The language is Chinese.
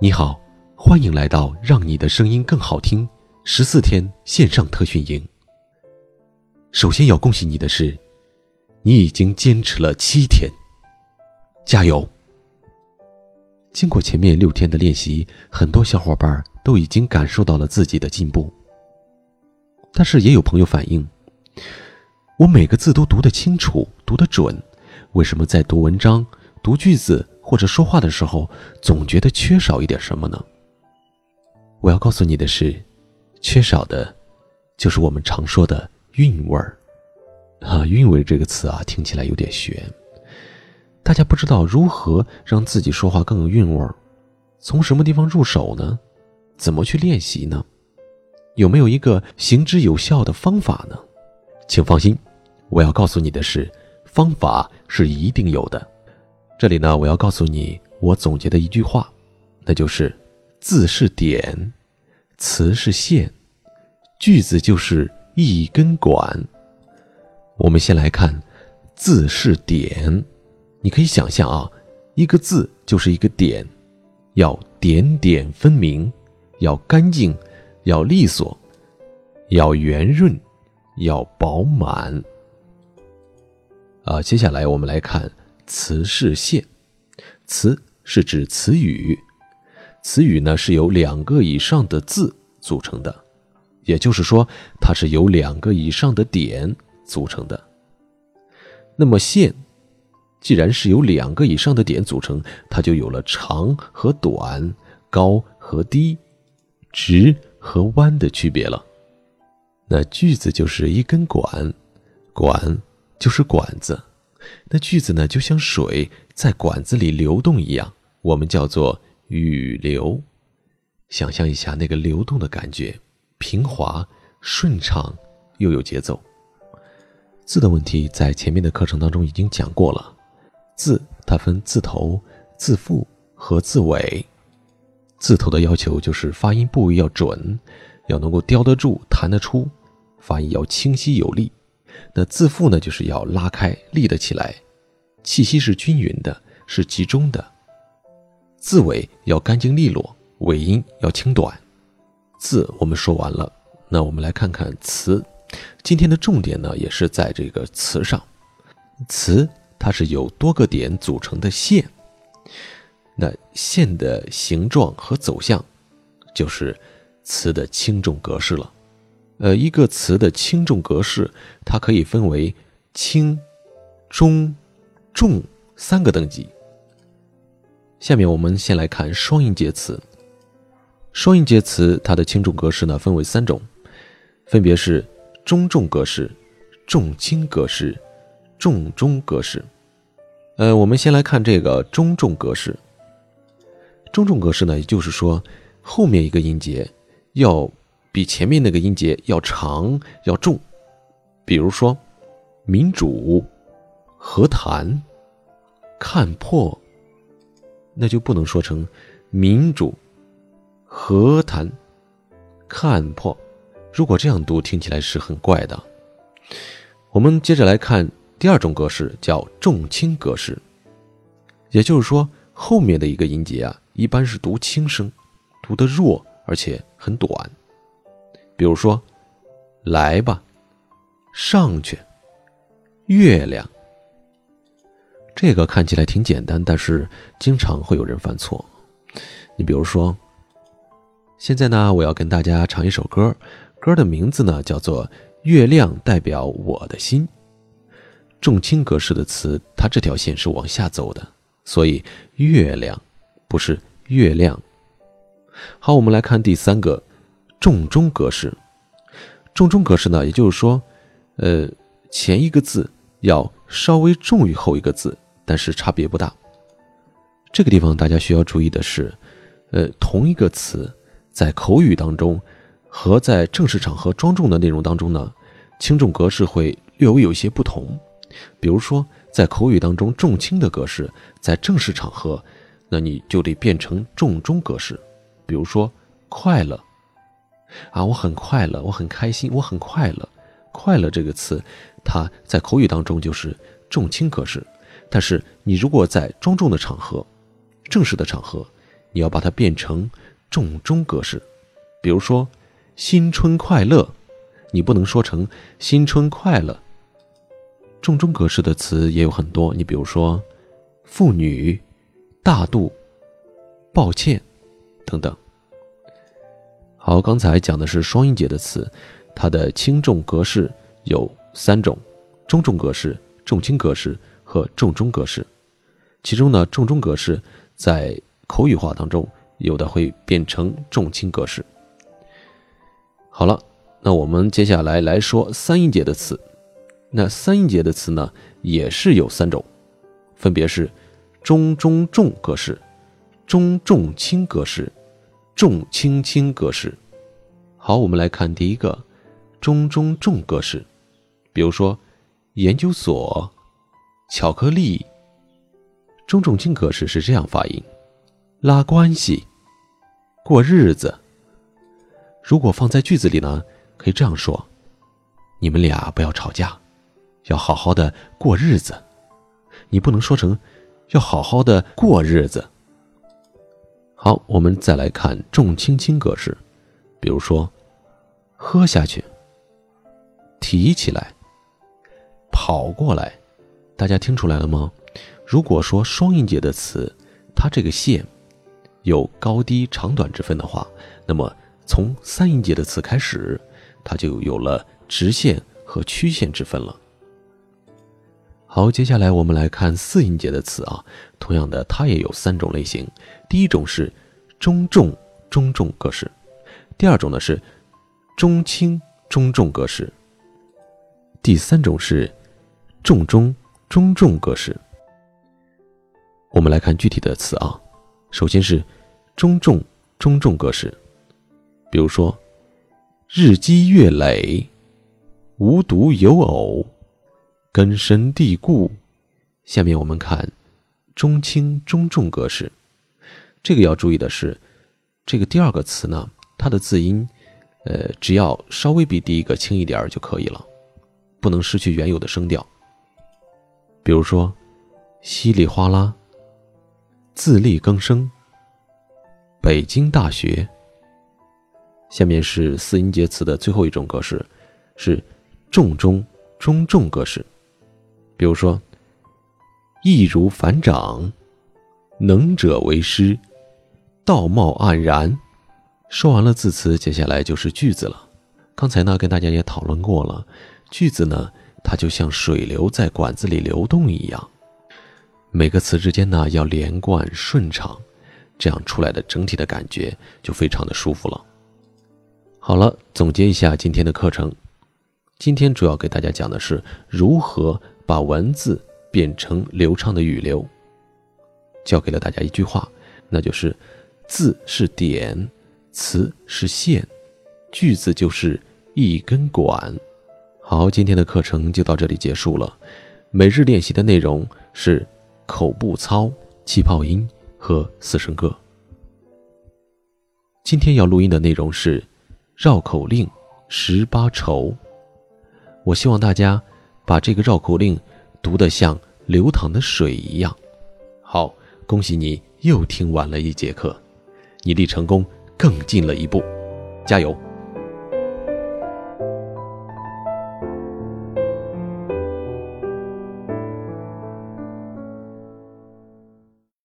你好，欢迎来到让你的声音更好听14天线上特训营。首先要恭喜你的是，你已经坚持了7天，加油！经过前面6天的练习，很多小伙伴都已经感受到了自己的进步。但是也有朋友反映，我每个字都读得清楚，读得准，为什么在读文章、读句子或者说话的时候，总觉得缺少一点什么呢？我要告诉你的是，缺少的就是我们常说的韵味儿。韵味这个词听起来有点玄。大家不知道如何让自己说话更有韵味儿，从什么地方入手呢？怎么去练习呢？有没有一个行之有效的方法呢？请放心，我要告诉你的是，方法是一定有的。这里呢，我要告诉你我总结的一句话，那就是字是点，词是线，句子就是一根管。我们先来看字是点，你可以想象一个字就是一个点，要点点分明，要干净，要利索，要圆润，要饱满。接下来我们来看词是线。词是指词语，词语呢是由2个以上的字组成的，也就是说它是由2个以上的点组成的。那么线既然是由2个以上的点组成，它就有了长和短、高和低、直和弯的区别了。那句子就是一根管，管就是管子，那句子呢就像水在管子里流动一样，我们叫做语流。想象一下那个流动的感觉，平滑、顺畅又有节奏。字的问题在前面的课程当中已经讲过了，字它分字头、字腹和字尾。字头的要求就是发音部位要准，要能够叼得住、弹得出，发音要清晰有力。那字腹呢，就是要拉开、立得起来，气息是均匀的，是集中的。字尾要干净利落，尾音要轻短。字我们说完了，那我们来看看词。今天的重点呢，也是在这个词上。词它是由多个点组成的线，那线的形状和走向就是词的轻重格式了。一个词的轻重格式，它可以分为轻、中、重3个等级。下面我们先来看双音节词。双音节词它的轻重格式呢分为3种，分别是中重格式、重轻格式、重中格式。我们先来看这个中重格式。中重格式呢，也就是说后面一个音节要比前面那个音节要长要重。比如说民主、和谈、看破，那就不能说成民主、和谈、看破，如果这样读听起来是很怪的。我们接着来看第2种格式，叫重轻格式。也就是说后面的一个音节一般是读轻声，读得弱而且很短。比如说来吧、上去、月亮。这个看起来挺简单，但是经常会有人犯错。你比如说，现在呢我要跟大家唱一首歌，歌的名字呢叫做《月亮代表我的心》。重轻格式的词，它这条线是往下走的，所以月亮不是月亮。好，我们来看第3个重中格式。重中格式呢，也就是说前一个字要稍微重于后一个字，但是差别不大。这个地方大家需要注意的是，同一个词在口语当中和在正式场合庄重的内容当中呢，轻重格式会略微有一些不同。比如说在口语当中重轻的格式，在正式场合那你就得变成重中格式。比如说快乐我很快乐，我很开心，我很快乐。快乐这个词它在口语当中就是重轻格式，但是你如果在庄重的场合、正式的场合， 你要把它变成重中格式。比如说新春快乐，你不能说成新春快乐。重中格式的词也有很多，你比如说妇女、大度、抱歉等等。好，刚才讲的是双音节的词，它的轻重格式有3种：中重格式、重轻格式和重中格式。其中呢，重中格式在口语化当中有的会变成重轻格式。好了，那我们接下来说3音节的词。那3音节的词呢，也是有3种，分别是中中重格式、中重轻格式、重轻轻格式。好，我们来看第一个中中重格式。比如说研究所、巧克力。中重轻格式是这样发音：拉关系、过日子。如果放在句子里呢，可以这样说：你们俩不要吵架，要好好的过日子。你不能说成要好好的过日子。好，我们再来看重轻轻格式。比如说喝下去、提起来、跑过来。大家听出来了吗？如果说双音节的词，它这个线有高低长短之分的话，那么从3音节的词开始，它就有了直线和曲线之分了。好，接下来我们来看4音节的词啊，同样的，它也有3种类型。第一种是中重中重格式，第二种呢是中轻中重格式，第3种是重中中重格式。我们来看具体的词啊，首先是中重中重格式。比如说日积月累、无独有偶、根深蒂固。下面我们看中轻中重格式。这个要注意的是，这个第2个词呢，它的字音只要稍微比第一个轻一点就可以了，不能失去原有的声调。比如说稀里哗啦、自力更生、北京大学。下面是4音节词的最后一种格式，是重中中重格式。比如说易如反掌、能者为师、道貌岸然。说完了字词，接下来就是句子了。刚才呢跟大家也讨论过了，句子呢它就像水流在管子里流动一样，每个词之间呢要连贯顺畅，这样出来的整体的感觉就非常的舒服了。好了，总结一下今天的课程。今天主要给大家讲的是如何把文字变成流畅的语流。教给了大家一句话，那就是字是点，词是线，句子就是一根管。好，今天的课程就到这里结束了。每日练习的内容是口部操、气泡音和4声歌。今天要录音的内容是绕口令18愁。我希望大家把这个绕口令读得像流淌的水一样。好，恭喜你又听完了1节课，你离成功更近了一步，加油！